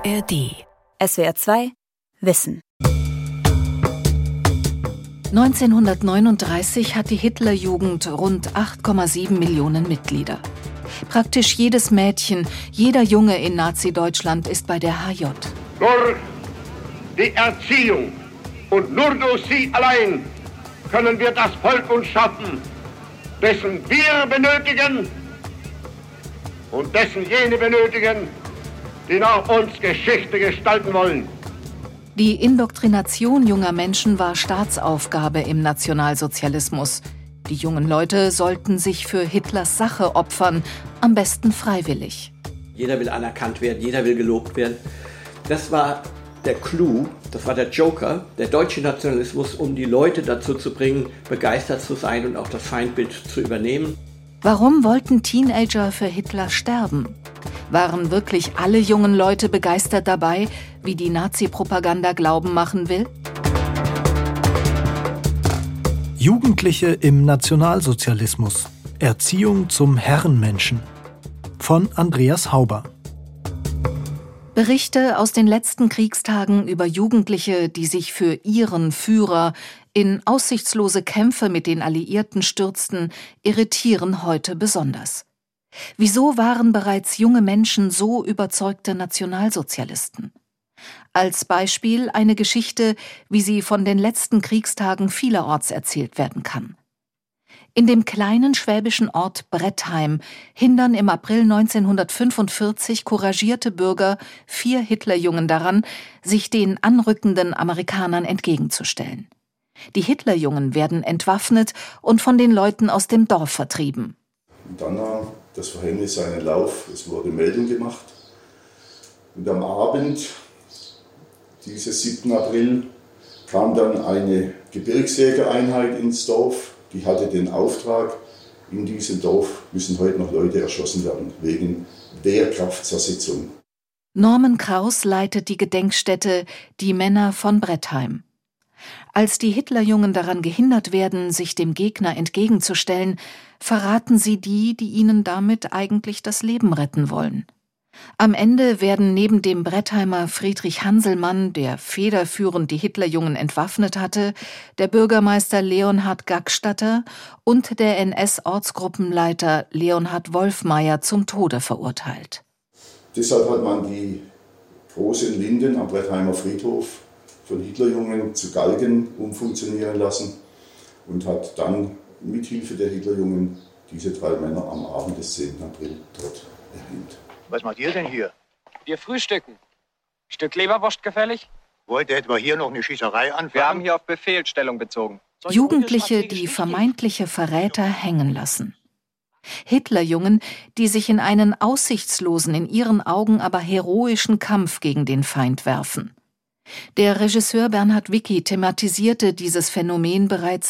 ARD. SWR 2 Wissen. 1939 hat die Hitlerjugend rund 8,7 Millionen Mitglieder. Praktisch jedes Mädchen, jeder Junge in Nazi-Deutschland ist bei der HJ. Durch die Erziehung und nur durch sie allein können wir das Volk uns schaffen, dessen wir benötigen und dessen jene benötigen, die nach uns Geschichte gestalten wollen. Die Indoktrination junger Menschen war Staatsaufgabe im Nationalsozialismus. Die jungen Leute sollten sich für Hitlers Sache opfern, am besten freiwillig. Jeder will anerkannt werden, jeder will gelobt werden. Das war der Clou, das war der Joker, der deutsche Nationalismus, um die Leute dazu zu bringen, begeistert zu sein und auch das Feindbild zu übernehmen. Warum wollten Teenager für Hitler sterben? Waren wirklich alle jungen Leute begeistert dabei, wie die Nazi-Propaganda glauben machen will? Jugendliche im Nationalsozialismus. Erziehung zum Herrenmenschen. Von Andreas Hauber. Berichte aus den letzten Kriegstagen über Jugendliche, die sich für ihren Führer in aussichtslose Kämpfe mit den Alliierten stürzten, irritieren heute besonders. Wieso waren bereits junge Menschen so überzeugte Nationalsozialisten? Als Beispiel eine Geschichte, wie sie von den letzten Kriegstagen vielerorts erzählt werden kann. In dem kleinen schwäbischen Ort Brettheim hindern im April 1945 couragierte Bürger 4 Hitlerjungen daran, sich den anrückenden Amerikanern entgegenzustellen. Die Hitlerjungen werden entwaffnet und von den Leuten aus dem Dorf vertrieben. Und dann nahm das Verhängnis seinen Lauf, es wurde Meldung gemacht. Und am Abend dieses 7. April kam dann eine Gebirgsjägereinheit ins Dorf. Die hatte den Auftrag, in diesem Dorf müssen heute noch Leute erschossen werden, wegen Wehrkraftzersetzung. Norman Kraus leitet die Gedenkstätte Die Männer von Brettheim. Als die Hitlerjungen daran gehindert werden, sich dem Gegner entgegenzustellen, verraten sie die ihnen damit eigentlich das Leben retten wollen. Am Ende werden neben dem Brettheimer Friedrich Hanselmann, der federführend die Hitlerjungen entwaffnet hatte, der Bürgermeister Leonhard Gackstatter und der NS-Ortsgruppenleiter Leonhard Wolfmeier zum Tode verurteilt. Deshalb hat man die großen Linden am Brettheimer Friedhof von Hitlerjungen zu Galgen umfunktionieren lassen und hat dann mithilfe der Hitlerjungen diese 3 Männer am Abend des 10. April dort erhängt. Was macht ihr denn hier? Wir frühstücken. Stück Leberwurst gefällig? Wollt ihr etwa hier noch eine Schießerei anfangen? Wir haben hier auf Befehl Stellung bezogen. Jugendliche, die vermeintliche Verräter hängen lassen. Hitlerjungen, die sich in einen aussichtslosen, in ihren Augen aber heroischen Kampf gegen den Feind werfen. Der Regisseur Bernhard Wicki thematisierte dieses Phänomen bereits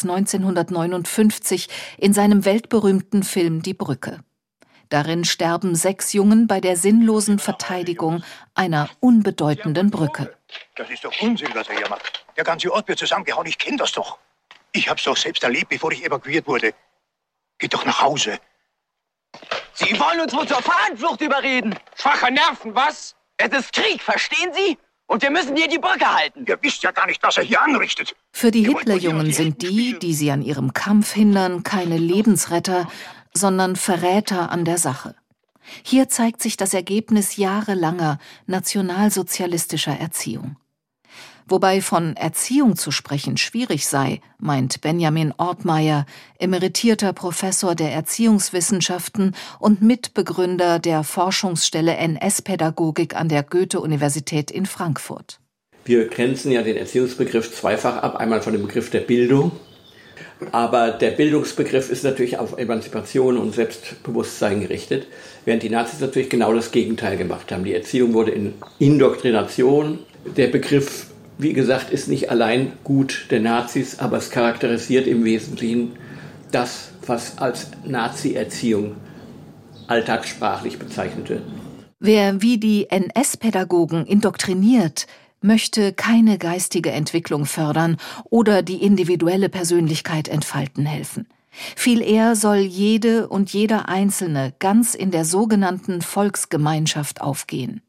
1959 in seinem weltberühmten Film Die Brücke. Darin sterben 6 Jungen bei der sinnlosen Verteidigung einer unbedeutenden Brücke. Das ist doch Unsinn, was er hier macht. Der ganze Ort wird zusammengehauen, ich kenne das doch. Ich hab's doch selbst erlebt, bevor ich evakuiert wurde. Geht doch nach Hause. Sie wollen uns wohl zur Fahnenflucht überreden. Schwache Nerven, was? Es ist Krieg, verstehen Sie? Und wir müssen hier die Brücke halten. Ihr wisst ja gar nicht, was er hier anrichtet. Für die Hitlerjungen sind die sie an ihrem Kampf hindern, keine Lebensretter, sondern Verräter an der Sache. Hier zeigt sich das Ergebnis jahrelanger nationalsozialistischer Erziehung. Wobei von Erziehung zu sprechen schwierig sei, meint Benjamin Ortmeier, emeritierter Professor der Erziehungswissenschaften und Mitbegründer der Forschungsstelle NS-Pädagogik an der Goethe-Universität in Frankfurt. Wir grenzen ja den Erziehungsbegriff zweifach ab, einmal von dem Begriff der Bildung. Aber der Bildungsbegriff ist natürlich auf Emanzipation und Selbstbewusstsein gerichtet, während die Nazis natürlich genau das Gegenteil gemacht haben. Die Erziehung wurde in Indoktrination. Der Begriff, wie gesagt, ist nicht allein gut der Nazis, aber es charakterisiert im Wesentlichen das, was als Nazi-Erziehung alltagssprachlich bezeichnet wird. Wer wie die NS-Pädagogen indoktriniert, möchte keine geistige Entwicklung fördern oder die individuelle Persönlichkeit entfalten helfen. Viel eher soll jede und jeder Einzelne ganz in der sogenannten Volksgemeinschaft aufgehen.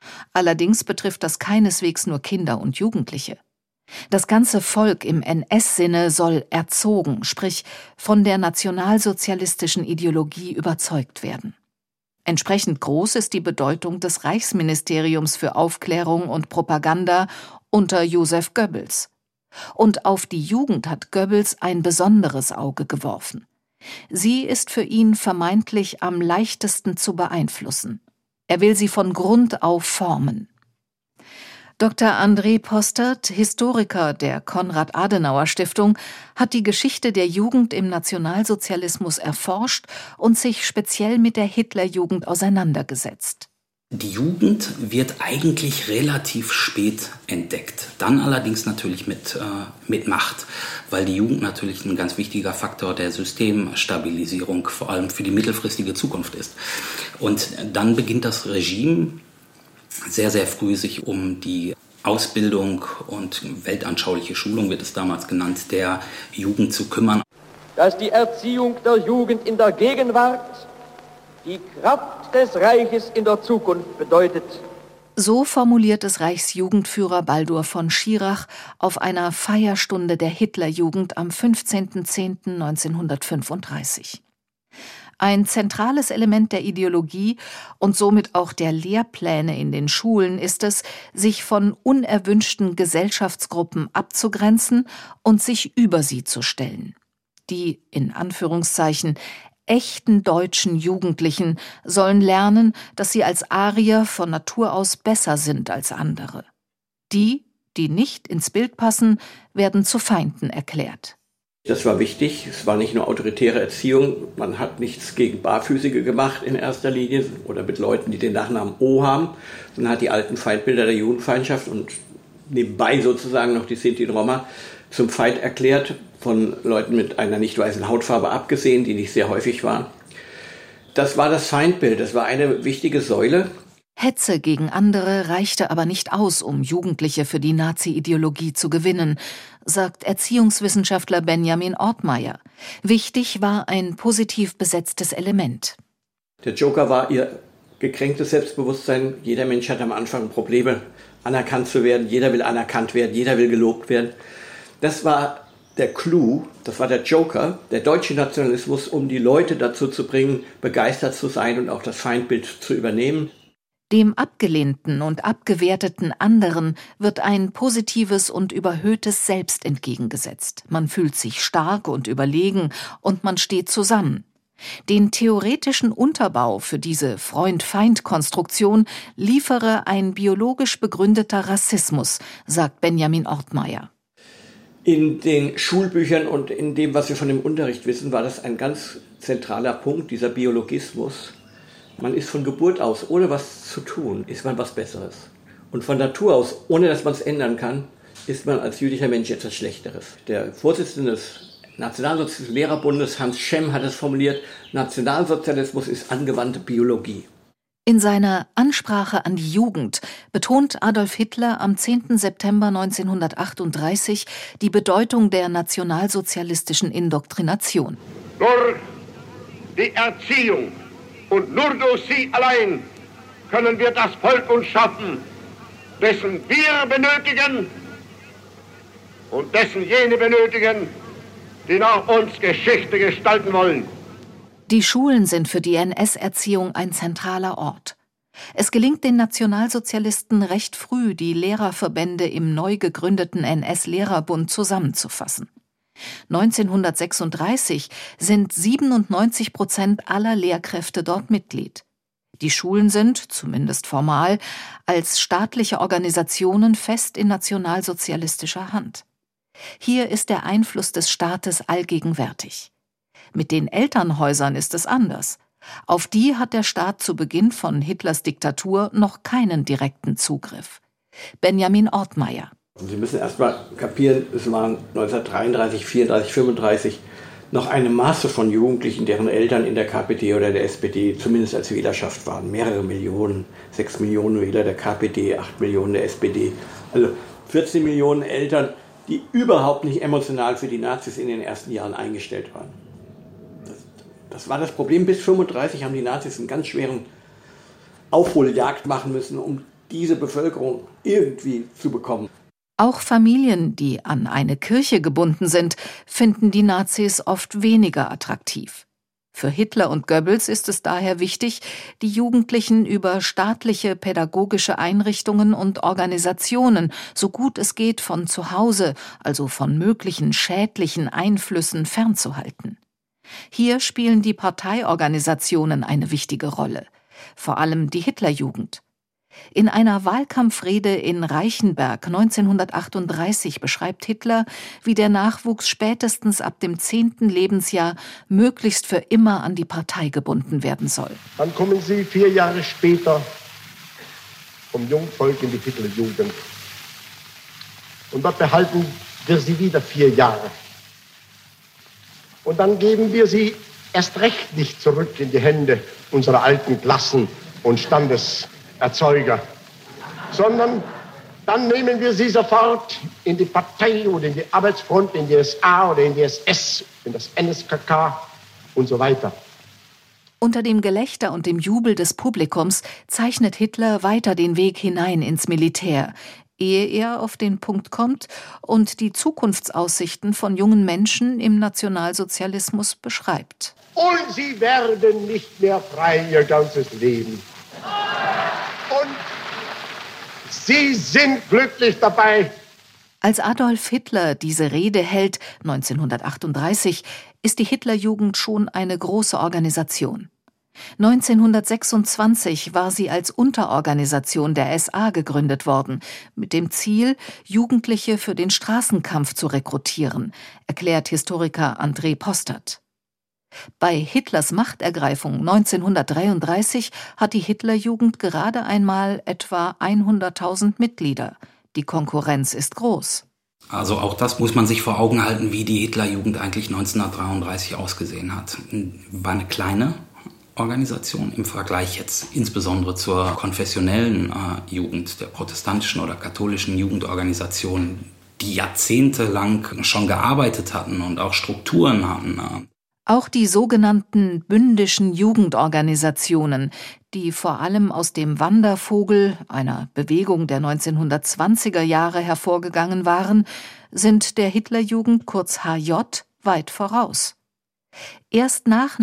Allerdings betrifft das keineswegs nur Kinder und Jugendliche. Das ganze Volk im NS-Sinne soll erzogen, sprich von der nationalsozialistischen Ideologie überzeugt werden. Entsprechend groß ist die Bedeutung des Reichsministeriums für Aufklärung und Propaganda unter Joseph Goebbels. Und auf die Jugend hat Goebbels ein besonderes Auge geworfen. Sie ist für ihn vermeintlich am leichtesten zu beeinflussen. Er will sie von Grund auf formen. Dr. André Postert, Historiker der Konrad-Adenauer-Stiftung, hat die Geschichte der Jugend im Nationalsozialismus erforscht und sich speziell mit der Hitlerjugend auseinandergesetzt. Die Jugend wird eigentlich relativ spät entdeckt. Dann allerdings natürlich mit Macht, weil die Jugend natürlich ein ganz wichtiger Faktor der Systemstabilisierung, vor allem für die mittelfristige Zukunft ist. Und dann beginnt das Regime sehr, sehr früh sich um die Ausbildung und weltanschauliche Schulung, wird es damals genannt, der Jugend zu kümmern. Dass die Erziehung der Jugend in der Gegenwart die Kraft des Reiches in der Zukunft bedeutet. So formuliert es Reichsjugendführer Baldur von Schirach auf einer Feierstunde der Hitlerjugend am 15.10.1935. Ein zentrales Element der Ideologie und somit auch der Lehrpläne in den Schulen ist es, sich von unerwünschten Gesellschaftsgruppen abzugrenzen und sich über sie zu stellen. Die, in Anführungszeichen, echten deutschen Jugendlichen sollen lernen, dass sie als Arier von Natur aus besser sind als andere. Die, die nicht ins Bild passen, werden zu Feinden erklärt. Das war wichtig. Es war nicht nur autoritäre Erziehung. Man hat nichts gegen Barfüßige gemacht in erster Linie oder mit Leuten, die den Nachnamen O haben, sondern hat die alten Feindbilder der Judenfeindschaft und nebenbei sozusagen noch die Sinti und Roma zum Feind erklärt, von Leuten mit einer nicht weißen Hautfarbe abgesehen, die nicht sehr häufig waren. Das war das Feindbild, das war eine wichtige Säule. Hetze gegen andere reichte aber nicht aus, um Jugendliche für die Nazi-Ideologie zu gewinnen, sagt Erziehungswissenschaftler Benjamin Ortmayer. Wichtig war ein positiv besetztes Element. Der Joker war ihr gekränktes Selbstbewusstsein. Jeder Mensch hat am Anfang Probleme, anerkannt zu werden. Jeder will anerkannt werden, jeder will gelobt werden. Das war der Clou, das war der Joker, der deutsche Nationalismus, um die Leute dazu zu bringen, begeistert zu sein und auch das Feindbild zu übernehmen. Dem abgelehnten und abgewerteten anderen wird ein positives und überhöhtes Selbst entgegengesetzt. Man fühlt sich stark und überlegen und man steht zusammen. Den theoretischen Unterbau für diese Freund-Feind-Konstruktion liefere ein biologisch begründeter Rassismus, sagt Benjamin Ortmayer. In den Schulbüchern und in dem, was wir von dem Unterricht wissen, war das ein ganz zentraler Punkt, dieser Biologismus. Man ist von Geburt aus, ohne was zu tun, ist man was Besseres. Und von Natur aus, ohne dass man es ändern kann, ist man als jüdischer Mensch etwas Schlechteres. Der Vorsitzende des Nationalsozialistischen Lehrerbundes, Hans Schemm, hat es formuliert, Nationalsozialismus ist angewandte Biologie. In seiner Ansprache an die Jugend betont Adolf Hitler am 10. September 1938 die Bedeutung der nationalsozialistischen Indoktrination. Durch die Erziehung und nur durch sie allein können wir das Volk uns schaffen, dessen wir benötigen und dessen jene benötigen, die nach uns Geschichte gestalten wollen. Die Schulen sind für die NS-Erziehung ein zentraler Ort. Es gelingt den Nationalsozialisten recht früh, die Lehrerverbände im neu gegründeten NS-Lehrerbund zusammenzufassen. 1936 sind 97% aller Lehrkräfte dort Mitglied. Die Schulen sind, zumindest formal, als staatliche Organisationen fest in nationalsozialistischer Hand. Hier ist der Einfluss des Staates allgegenwärtig. Mit den Elternhäusern ist es anders. Auf die hat der Staat zu Beginn von Hitlers Diktatur noch keinen direkten Zugriff. Benjamin Ortmayer. Sie müssen erst mal kapieren, es waren 1933, 34, 35 noch eine Masse von Jugendlichen, deren Eltern in der KPD oder der SPD zumindest als Wählerschaft waren. Mehrere Millionen, 6 Millionen Wähler der KPD, 8 Millionen der SPD. Also 14 Millionen Eltern, die überhaupt nicht emotional für die Nazis in den ersten Jahren eingestellt waren. Das war das Problem. Bis 1935 haben die Nazis einen ganz schweren Aufholjagd machen müssen, um diese Bevölkerung irgendwie zu bekommen. Auch Familien, die an eine Kirche gebunden sind, finden die Nazis oft weniger attraktiv. Für Hitler und Goebbels ist es daher wichtig, die Jugendlichen über staatliche pädagogische Einrichtungen und Organisationen so gut es geht von zu Hause, also von möglichen schädlichen Einflüssen fernzuhalten. Hier spielen die Parteiorganisationen eine wichtige Rolle, vor allem die Hitlerjugend. In einer Wahlkampfrede in Reichenberg 1938 beschreibt Hitler, wie der Nachwuchs spätestens ab dem 10. Lebensjahr möglichst für immer an die Partei gebunden werden soll. Dann kommen Sie 4 Jahre später vom Jungvolk in die Hitlerjugend. Und dort behalten wir Sie wieder 4 Jahre. Und dann geben wir Sie erst recht nicht zurück in die Hände unserer alten Klassen- und Standeserzeuger, sondern dann nehmen wir Sie sofort in die Partei oder in die Arbeitsfront, in die SA oder in die SS, in das NSKK und so weiter. Unter dem Gelächter und dem Jubel des Publikums zeichnet Hitler weiter den Weg hinein ins Militär, ehe er auf den Punkt kommt und die Zukunftsaussichten von jungen Menschen im Nationalsozialismus beschreibt. Und sie werden nicht mehr frei ihr ganzes Leben. Und sie sind glücklich dabei. Als Adolf Hitler diese Rede hält, 1938, ist die Hitlerjugend schon eine große Organisation. 1926 war sie als Unterorganisation der SA gegründet worden, mit dem Ziel, Jugendliche für den Straßenkampf zu rekrutieren, erklärt Historiker André Postert. Bei Hitlers Machtergreifung 1933 hat die Hitlerjugend gerade einmal etwa 100.000 Mitglieder. Die Konkurrenz ist groß. Also auch das muss man sich vor Augen halten, wie die Hitlerjugend eigentlich 1933 ausgesehen hat. War eine kleine Organisation im Vergleich jetzt insbesondere zur konfessionellen Jugend, der protestantischen oder katholischen Jugendorganisation, die jahrzehntelang schon gearbeitet hatten und auch Strukturen hatten. Auch die sogenannten bündischen Jugendorganisationen, die vor allem aus dem Wandervogel, einer Bewegung der 1920er Jahre hervorgegangen waren, sind der Hitlerjugend, kurz HJ, weit voraus. Erst nach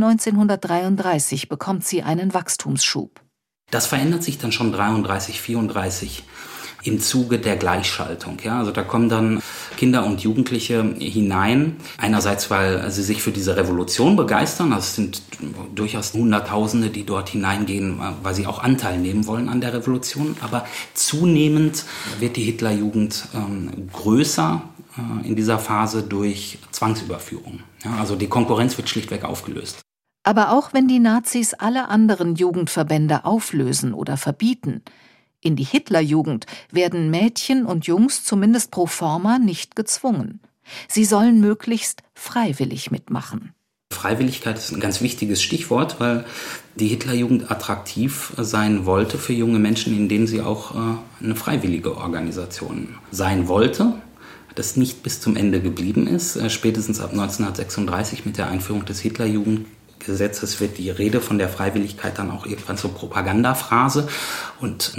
1933 bekommt sie einen Wachstumsschub. Das verändert sich dann schon 33, 34 im Zuge der Gleichschaltung. Ja? Also da kommen dann Kinder und Jugendliche hinein. Einerseits, weil sie sich für diese Revolution begeistern. Also es sind durchaus Hunderttausende, die dort hineingehen, weil sie auch Anteil nehmen wollen an der Revolution. Aber zunehmend wird die Hitlerjugend größer in dieser Phase durch Zwangsüberführung. Ja? Also die Konkurrenz wird schlichtweg aufgelöst. Aber auch wenn die Nazis alle anderen Jugendverbände auflösen oder verbieten, in die Hitlerjugend werden Mädchen und Jungs zumindest pro forma nicht gezwungen. Sie sollen möglichst freiwillig mitmachen. Freiwilligkeit ist ein ganz wichtiges Stichwort, weil die Hitlerjugend attraktiv sein wollte für junge Menschen, in denen sie auch eine freiwillige Organisation sein wollte. Das nicht bis zum Ende geblieben ist. Spätestens ab 1936 mit der Einführung des Hitlerjugendgesetzes wird die Rede von der Freiwilligkeit dann auch irgendwann zur Propagandaphrase und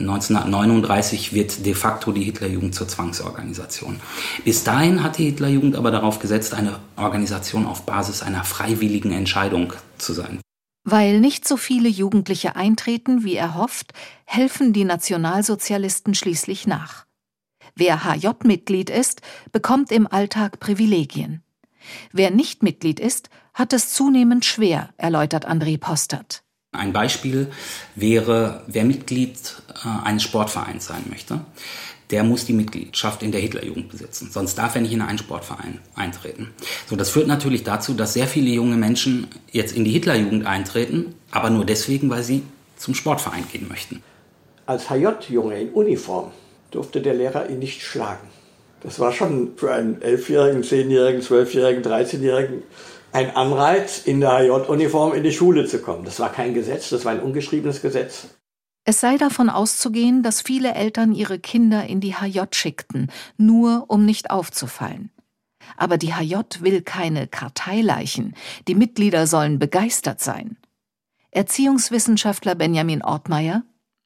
1939 wird de facto die Hitlerjugend zur Zwangsorganisation. Bis dahin hat die Hitlerjugend aber darauf gesetzt, eine Organisation auf Basis einer freiwilligen Entscheidung zu sein. Weil nicht so viele Jugendliche eintreten, wie er hofft, helfen die Nationalsozialisten schließlich nach. Wer HJ-Mitglied ist, bekommt im Alltag Privilegien. Wer nicht Mitglied ist, hat es zunehmend schwer, erläutert André Postert. Ein Beispiel wäre, wer Mitglied eines Sportvereins sein möchte, der muss die Mitgliedschaft in der Hitlerjugend besitzen. Sonst darf er nicht in einen Sportverein eintreten. So, das führt natürlich dazu, dass sehr viele junge Menschen jetzt in die Hitlerjugend eintreten, aber nur deswegen, weil sie zum Sportverein gehen möchten. Als HJ-Junge in Uniform durfte der Lehrer ihn nicht schlagen. Das war schon für einen 11-Jährigen, 10-Jährigen, 12-Jährigen, 13-Jährigen ein Anreiz, in der HJ-Uniform in die Schule zu kommen. Das war kein Gesetz, das war ein ungeschriebenes Gesetz. Es sei davon auszugehen, dass viele Eltern ihre Kinder in die HJ schickten, nur um nicht aufzufallen. Aber die HJ will keine Karteileichen, die Mitglieder sollen begeistert sein. Erziehungswissenschaftler Benjamin Ortmeier: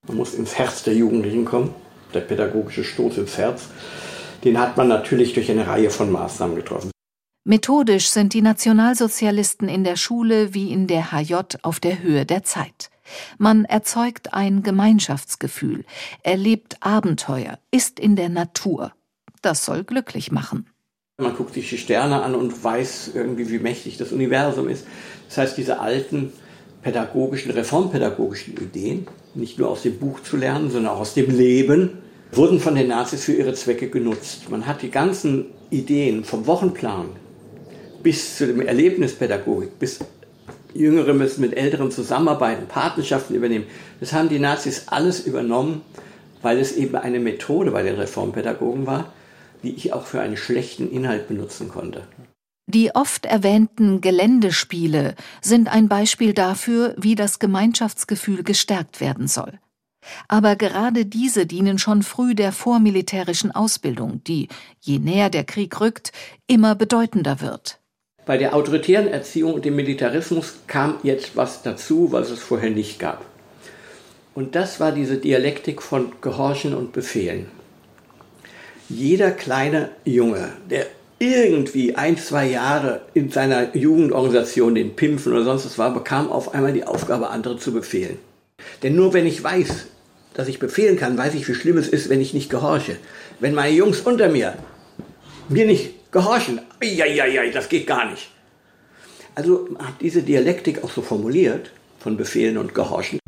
Man muss ins Herz der Jugendlichen kommen. Der pädagogische Stoß ins Herz, den hat man natürlich durch eine Reihe von Maßnahmen getroffen. Methodisch sind die Nationalsozialisten in der Schule wie in der HJ auf der Höhe der Zeit. Man erzeugt ein Gemeinschaftsgefühl, erlebt Abenteuer, ist in der Natur. Das soll glücklich machen. Man guckt sich die Sterne an und weiß irgendwie, wie mächtig das Universum ist. Das heißt, diese alten pädagogischen, reformpädagogischen Ideen, nicht nur aus dem Buch zu lernen, sondern auch aus dem Leben, wurden von den Nazis für ihre Zwecke genutzt. Man hat die ganzen Ideen vom Wochenplan bis zu dem Erlebnispädagogik, bis Jüngere müssen mit Älteren zusammenarbeiten, Patenschaften übernehmen. Das haben die Nazis alles übernommen, weil es eben eine Methode bei den Reformpädagogen war, die ich auch für einen schlechten Inhalt benutzen konnte. Die oft erwähnten Geländespiele sind ein Beispiel dafür, wie das Gemeinschaftsgefühl gestärkt werden soll. Aber gerade diese dienen schon früh der vormilitärischen Ausbildung, die, je näher der Krieg rückt, immer bedeutender wird. Bei der autoritären Erziehung und dem Militarismus kam jetzt was dazu, was es vorher nicht gab. Und das war diese Dialektik von Gehorchen und Befehlen. Jeder kleine Junge, der irgendwie 1-2 Jahre in seiner Jugendorganisation, den Pimpfen oder sonst was war, bekam auf einmal die Aufgabe, andere zu befehlen. Denn nur wenn ich weiß, dass ich befehlen kann, weiß ich, wie schlimm es ist, wenn ich nicht gehorche. Wenn meine Jungs unter mir nicht gehorchen, das geht gar nicht. Also hat diese Dialektik auch so formuliert, von Befehlen und Gehorchen.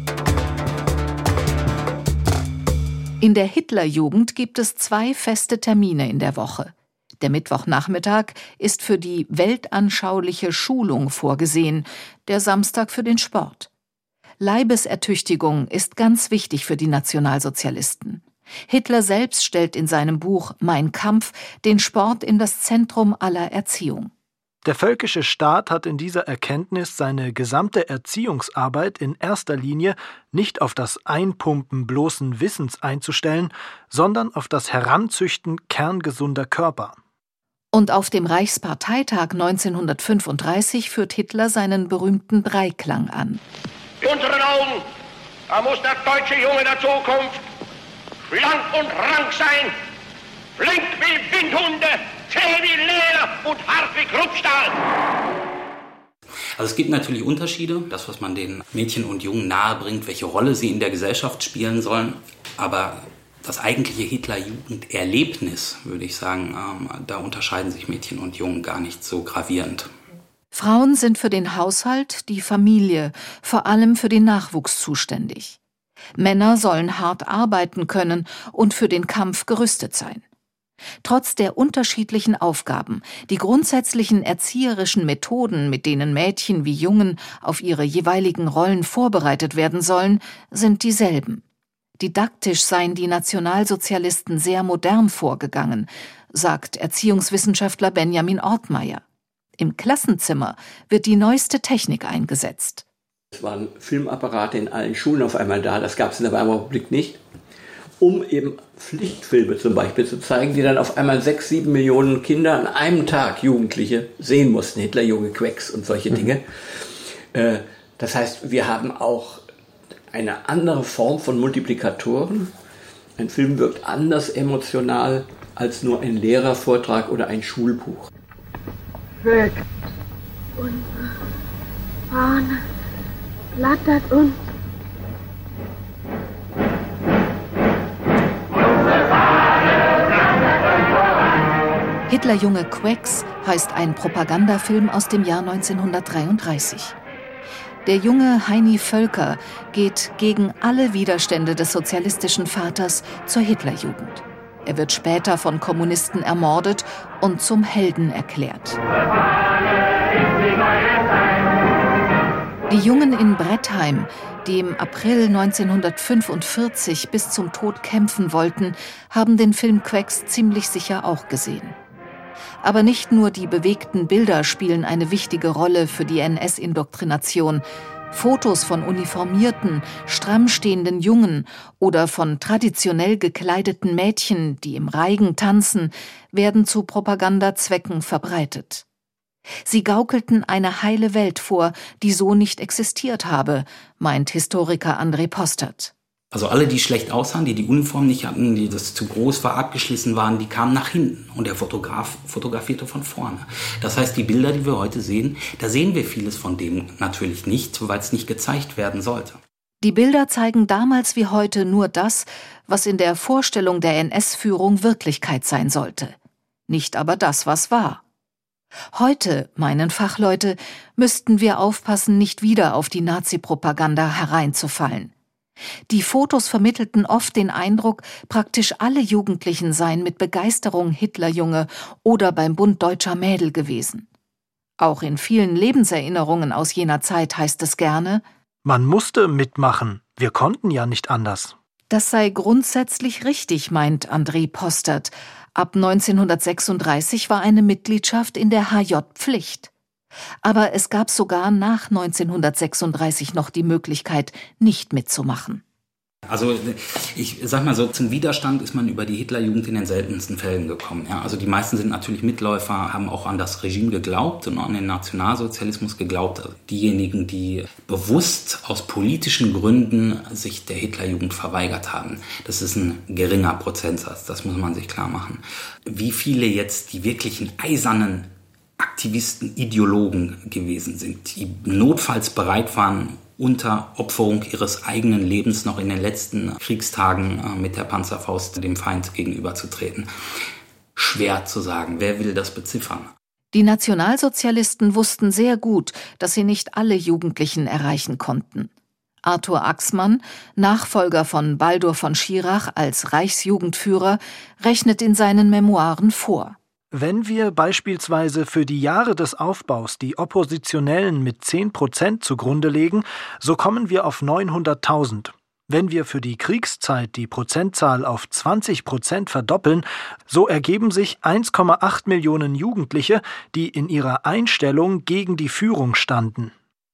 In der Hitlerjugend gibt es 2 feste Termine in der Woche. Der Mittwochnachmittag ist für die weltanschauliche Schulung vorgesehen, der Samstag für den Sport. Leibesertüchtigung ist ganz wichtig für die Nationalsozialisten. Hitler selbst stellt in seinem Buch Mein Kampf den Sport in das Zentrum aller Erziehung. Der völkische Staat hat in dieser Erkenntnis seine gesamte Erziehungsarbeit in erster Linie nicht auf das Einpumpen bloßen Wissens einzustellen, sondern auf das Heranzüchten kerngesunder Körper. Und auf dem Reichsparteitag 1935 führt Hitler seinen berühmten Dreiklang an. In unseren Augen, da muss der deutsche Junge der Zukunft schlank und rank sein, flink wie Windhunde, zäh wie Leder und hart wie Kruppstahl. Also es gibt natürlich Unterschiede, das, was man den Mädchen und Jungen nahebringt, welche Rolle sie in der Gesellschaft spielen sollen. Aber das eigentliche Hitler-Jugend-Erlebnis, würde ich sagen, da unterscheiden sich Mädchen und Jungen gar nicht so gravierend. Frauen sind für den Haushalt, die Familie, vor allem für den Nachwuchs zuständig. Männer sollen hart arbeiten können und für den Kampf gerüstet sein. Trotz der unterschiedlichen Aufgaben, die grundsätzlichen erzieherischen Methoden, mit denen Mädchen wie Jungen auf ihre jeweiligen Rollen vorbereitet werden sollen, sind dieselben. Didaktisch seien die Nationalsozialisten sehr modern vorgegangen, sagt Erziehungswissenschaftler Benjamin Ortmeier. Im Klassenzimmer wird die neueste Technik eingesetzt. Es waren Filmapparate in allen Schulen auf einmal da, das gab es in der Weimarer Republik nicht, um eben Pflichtfilme zum Beispiel zu zeigen, die dann auf einmal 6-7 Millionen Kinder an einem Tag, Jugendliche, sehen mussten, Hitlerjunge, Quecks und solche Dinge. Das heißt, wir haben auch eine andere Form von Multiplikatoren. Ein Film wirkt anders emotional als nur ein Lehrervortrag oder ein Schulbuch. Wirkt unsere Fahne, flattert uns. Hitlerjunge Quecks heißt ein Propagandafilm aus dem Jahr 1933. Der junge Heini Völker geht gegen alle Widerstände des sozialistischen Vaters zur Hitlerjugend. Er wird später von Kommunisten ermordet und zum Helden erklärt. Die Jungen in Brettheim, die im April 1945 bis zum Tod kämpfen wollten, haben den Film Quecks ziemlich sicher auch gesehen. Aber nicht nur die bewegten Bilder spielen eine wichtige Rolle für die NS-Indoktrination. Fotos von uniformierten, stramm stehenden Jungen oder von traditionell gekleideten Mädchen, die im Reigen tanzen, werden zu Propagandazwecken verbreitet. Sie gaukelten eine heile Welt vor, die so nicht existiert habe, meint Historiker André Postert. Also alle, die schlecht aussahen, die Uniform nicht hatten, die das zu groß war, abgeschlissen waren, die kamen nach hinten und der Fotograf fotografierte von vorne. Das heißt, die Bilder, die wir heute sehen, da sehen wir vieles von dem natürlich nicht, weil es nicht gezeigt werden sollte. Die Bilder zeigen damals wie heute nur das, was in der Vorstellung der NS-Führung Wirklichkeit sein sollte, nicht aber das, was war. Heute, meinen Fachleute, müssten wir aufpassen, nicht wieder auf die Nazi-Propaganda hereinzufallen. Die Fotos vermittelten oft den Eindruck, praktisch alle Jugendlichen seien mit Begeisterung Hitlerjunge oder beim Bund deutscher Mädel gewesen. Auch in vielen Lebenserinnerungen aus jener Zeit heißt es gerne: Man musste mitmachen, wir konnten ja nicht anders. Das sei grundsätzlich richtig, meint André Postert. Ab 1936 war eine Mitgliedschaft in der HJ Pflicht. Aber es gab sogar nach 1936 noch die Möglichkeit, nicht mitzumachen. Also ich sag mal so, zum Widerstand ist man über die Hitlerjugend in den seltensten Fällen gekommen. Ja, also die meisten sind natürlich Mitläufer, haben auch an das Regime geglaubt und an den Nationalsozialismus geglaubt. Also diejenigen, die bewusst aus politischen Gründen sich der Hitlerjugend verweigert haben, das ist ein geringer Prozentsatz, das muss man sich klar machen. Wie viele jetzt die wirklichen eisernen Aktivisten, Ideologen gewesen sind, die notfalls bereit waren, unter Opferung ihres eigenen Lebens noch in den letzten Kriegstagen mit der Panzerfaust dem Feind gegenüberzutreten. Schwer zu sagen, wer will das beziffern? Die Nationalsozialisten wussten sehr gut, dass sie nicht alle Jugendlichen erreichen konnten. Arthur Axmann, Nachfolger von Baldur von Schirach als Reichsjugendführer, rechnet in seinen Memoiren vor: Wenn wir beispielsweise für die Jahre des Aufbaus die Oppositionellen mit 10% zugrunde legen, so kommen wir auf 900.000. Wenn wir für die Kriegszeit die Prozentzahl auf 20% verdoppeln, so ergeben sich 1,8 Millionen Jugendliche, die in ihrer Einstellung gegen die Führung standen.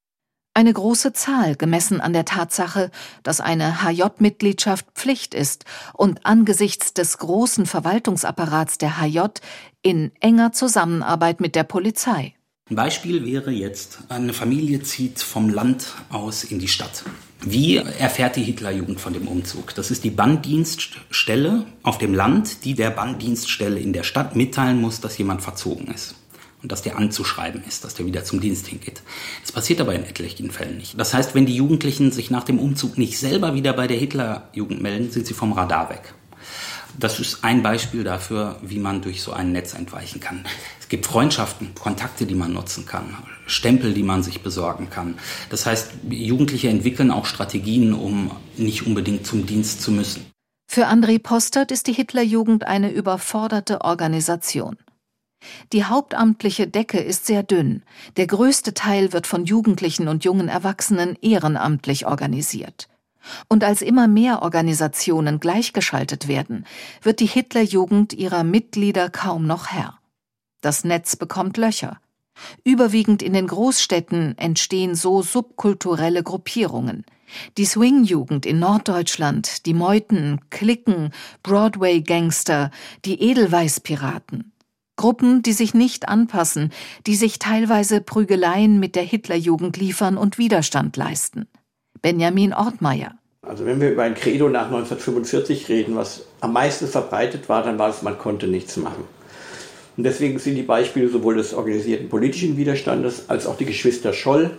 Eine große Zahl, gemessen an der Tatsache, dass eine HJ-Mitgliedschaft Pflicht ist und angesichts des großen Verwaltungsapparats der HJ in enger Zusammenarbeit mit der Polizei. Ein Beispiel wäre jetzt, eine Familie zieht vom Land aus in die Stadt. Wie erfährt die Hitlerjugend von dem Umzug? Das ist die Banndienststelle auf dem Land, die der Banndienststelle in der Stadt mitteilen muss, dass jemand verzogen ist. Und dass der anzuschreiben ist, dass der wieder zum Dienst hingeht. Das passiert aber in etlichen Fällen nicht. Das heißt, wenn die Jugendlichen sich nach dem Umzug nicht selber wieder bei der Hitlerjugend melden, sind sie vom Radar weg. Das ist ein Beispiel dafür, wie man durch so ein Netz entweichen kann. Es gibt Freundschaften, Kontakte, die man nutzen kann, Stempel, die man sich besorgen kann. Das heißt, Jugendliche entwickeln auch Strategien, um nicht unbedingt zum Dienst zu müssen. Für André Postert ist die Hitlerjugend eine überforderte Organisation. Die hauptamtliche Decke ist sehr dünn. Der größte Teil wird von Jugendlichen und jungen Erwachsenen ehrenamtlich organisiert. Und als immer mehr Organisationen gleichgeschaltet werden, wird die Hitlerjugend ihrer Mitglieder kaum noch Herr. Das Netz bekommt Löcher. Überwiegend in den Großstädten entstehen so subkulturelle Gruppierungen. Die Swing-Jugend in Norddeutschland, die Meuten, Cliquen, Broadway-Gangster, die Edelweiß-Piraten. Gruppen, die sich nicht anpassen, die sich teilweise Prügeleien mit der Hitlerjugend liefern und Widerstand leisten. Benjamin Ortmeier. Also wenn wir über ein Credo nach 1945 reden, was am meisten verbreitet war, dann war es, man konnte nichts machen. Und deswegen sind die Beispiele sowohl des organisierten politischen Widerstandes als auch die Geschwister Scholl,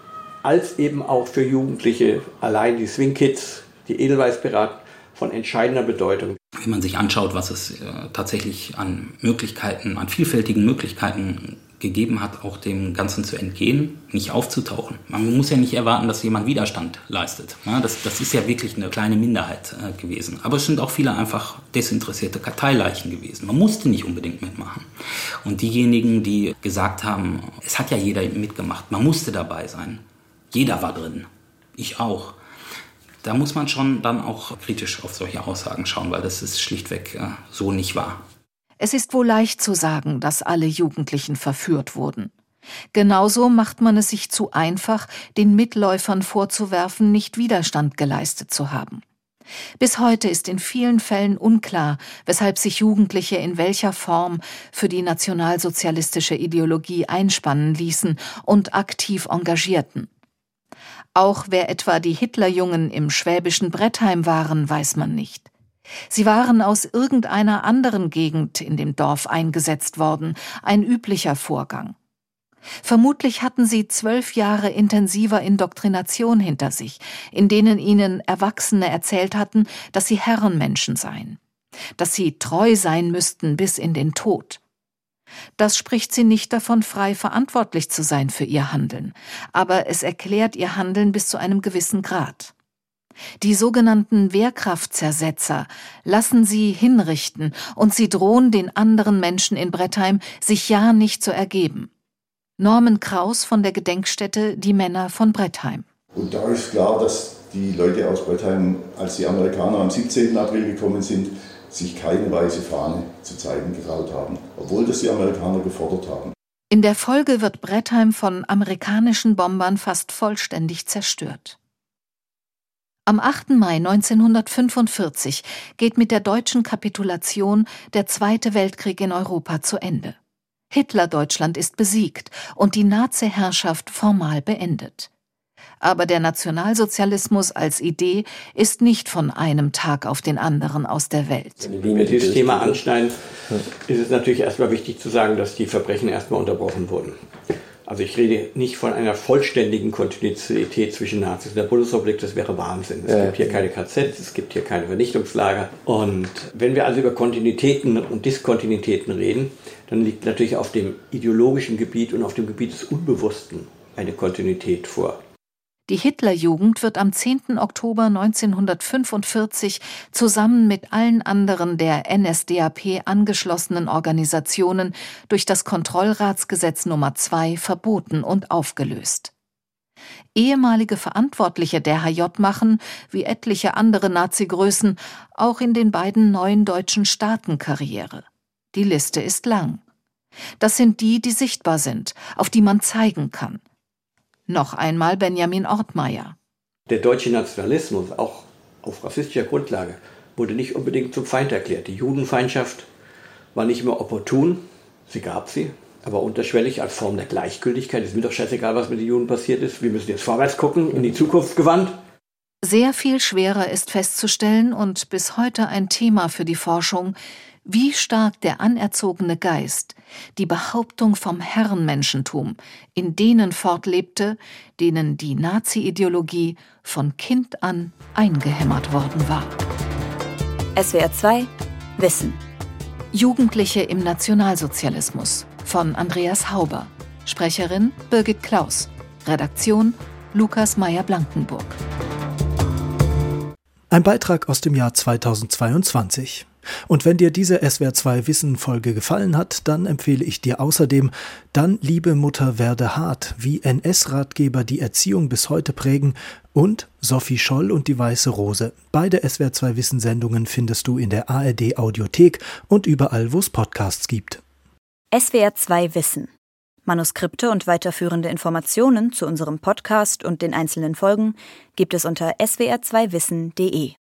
als eben auch für Jugendliche allein die Swing Kids, die Edelweiß-Piraten, von entscheidender Bedeutung. Wenn man sich anschaut, was es tatsächlich an Möglichkeiten, an vielfältigen Möglichkeiten gegeben hat, auch dem Ganzen zu entgehen, nicht aufzutauchen. Man muss ja nicht erwarten, dass jemand Widerstand leistet. Ja, das ist ja wirklich eine kleine Minderheit gewesen. Aber es sind auch viele einfach desinteressierte Karteileichen gewesen. Man musste nicht unbedingt mitmachen. Und diejenigen, die gesagt haben, es hat ja jeder mitgemacht, man musste dabei sein. Jeder war drin. Ich auch. Da muss man schon dann auch kritisch auf solche Aussagen schauen, weil das ist schlichtweg so nicht wahr. Es ist wohl leicht zu sagen, dass alle Jugendlichen verführt wurden. Genauso macht man es sich zu einfach, den Mitläufern vorzuwerfen, nicht Widerstand geleistet zu haben. Bis heute ist in vielen Fällen unklar, weshalb sich Jugendliche in welcher Form für die nationalsozialistische Ideologie einspannen ließen und aktiv engagierten. Auch wer etwa die Hitlerjungen im schwäbischen Brettheim waren, weiß man nicht. Sie waren aus irgendeiner anderen Gegend in dem Dorf eingesetzt worden, ein üblicher Vorgang. Vermutlich hatten sie 12 Jahre intensiver Indoktrination hinter sich, in denen ihnen Erwachsene erzählt hatten, dass sie Herrenmenschen seien, dass sie treu sein müssten bis in den Tod. Das spricht sie nicht davon frei, verantwortlich zu sein für ihr Handeln, aber es erklärt ihr Handeln bis zu einem gewissen Grad. Die sogenannten Wehrkraftzersetzer lassen sie hinrichten und sie drohen den anderen Menschen in Brettheim, sich ja nicht zu ergeben. Norman Kraus von der Gedenkstätte Die Männer von Brettheim. Und da ist klar, dass die Leute aus Brettheim, als die Amerikaner am 17. April gekommen sind, sich keine weiße Fahne zu zeigen getraut haben, obwohl das die Amerikaner gefordert haben. In der Folge wird Brettheim von amerikanischen Bombern fast vollständig zerstört. Am 8. Mai 1945 geht mit der deutschen Kapitulation der Zweite Weltkrieg in Europa zu Ende. Hitler-Deutschland ist besiegt und die Nazi-Herrschaft formal beendet. Aber der Nationalsozialismus als Idee ist nicht von einem Tag auf den anderen aus der Welt. Wenn wir dieses Thema anschneiden, ist es natürlich erstmal wichtig zu sagen, dass die Verbrechen erstmal unterbrochen wurden. Also ich rede nicht von einer vollständigen Kontinuität zwischen Nazis und der Bundesrepublik, das wäre Wahnsinn. Es gibt hier keine KZs, es gibt hier keine Vernichtungslager. Und wenn wir also über Kontinuitäten und Diskontinuitäten reden, dann liegt natürlich auf dem ideologischen Gebiet und auf dem Gebiet des Unbewussten eine Kontinuität vor. Die Hitlerjugend wird am 10. Oktober 1945 zusammen mit allen anderen der NSDAP angeschlossenen Organisationen durch das Kontrollratsgesetz Nummer 2 verboten und aufgelöst. Ehemalige Verantwortliche der HJ machen, wie etliche andere Nazi-Größen, auch in den beiden neuen deutschen Staaten Karriere. Die Liste ist lang. Das sind die, die sichtbar sind, auf die man zeigen kann. Noch einmal Benjamin Ortmeier. Der deutsche Nationalismus, auch auf rassistischer Grundlage, wurde nicht unbedingt zum Feind erklärt. Die Judenfeindschaft war nicht mehr opportun, sie gab sie, aber unterschwellig als Form der Gleichgültigkeit. Es ist mir doch scheißegal, was mit den Juden passiert ist. Wir müssen jetzt vorwärts gucken, in die Zukunft gewandt. Sehr viel schwerer ist festzustellen und bis heute ein Thema für die Forschung, wie stark der anerzogene Geist die Behauptung vom Herrenmenschentum in denen fortlebte, denen die Nazi-Ideologie von Kind an eingehämmert worden war. SWR 2 Wissen. Jugendliche im Nationalsozialismus von Andreas Hauber. Sprecherin Birgit Klaus. Redaktion Lukas Meyer-Blankenburg. Ein Beitrag aus dem Jahr 2022. Und wenn dir diese SWR 2 Wissen-Folge gefallen hat, dann empfehle ich dir außerdem Dann, liebe Mutter, werde hart, wie NS-Ratgeber die Erziehung bis heute prägen und Sophie Scholl und die Weiße Rose. Beide SWR 2 Wissen-Sendungen findest du in der ARD-Audiothek und überall, wo es Podcasts gibt. SWR 2 Wissen. Manuskripte und weiterführende Informationen zu unserem Podcast und den einzelnen Folgen gibt es unter swr2wissen.de.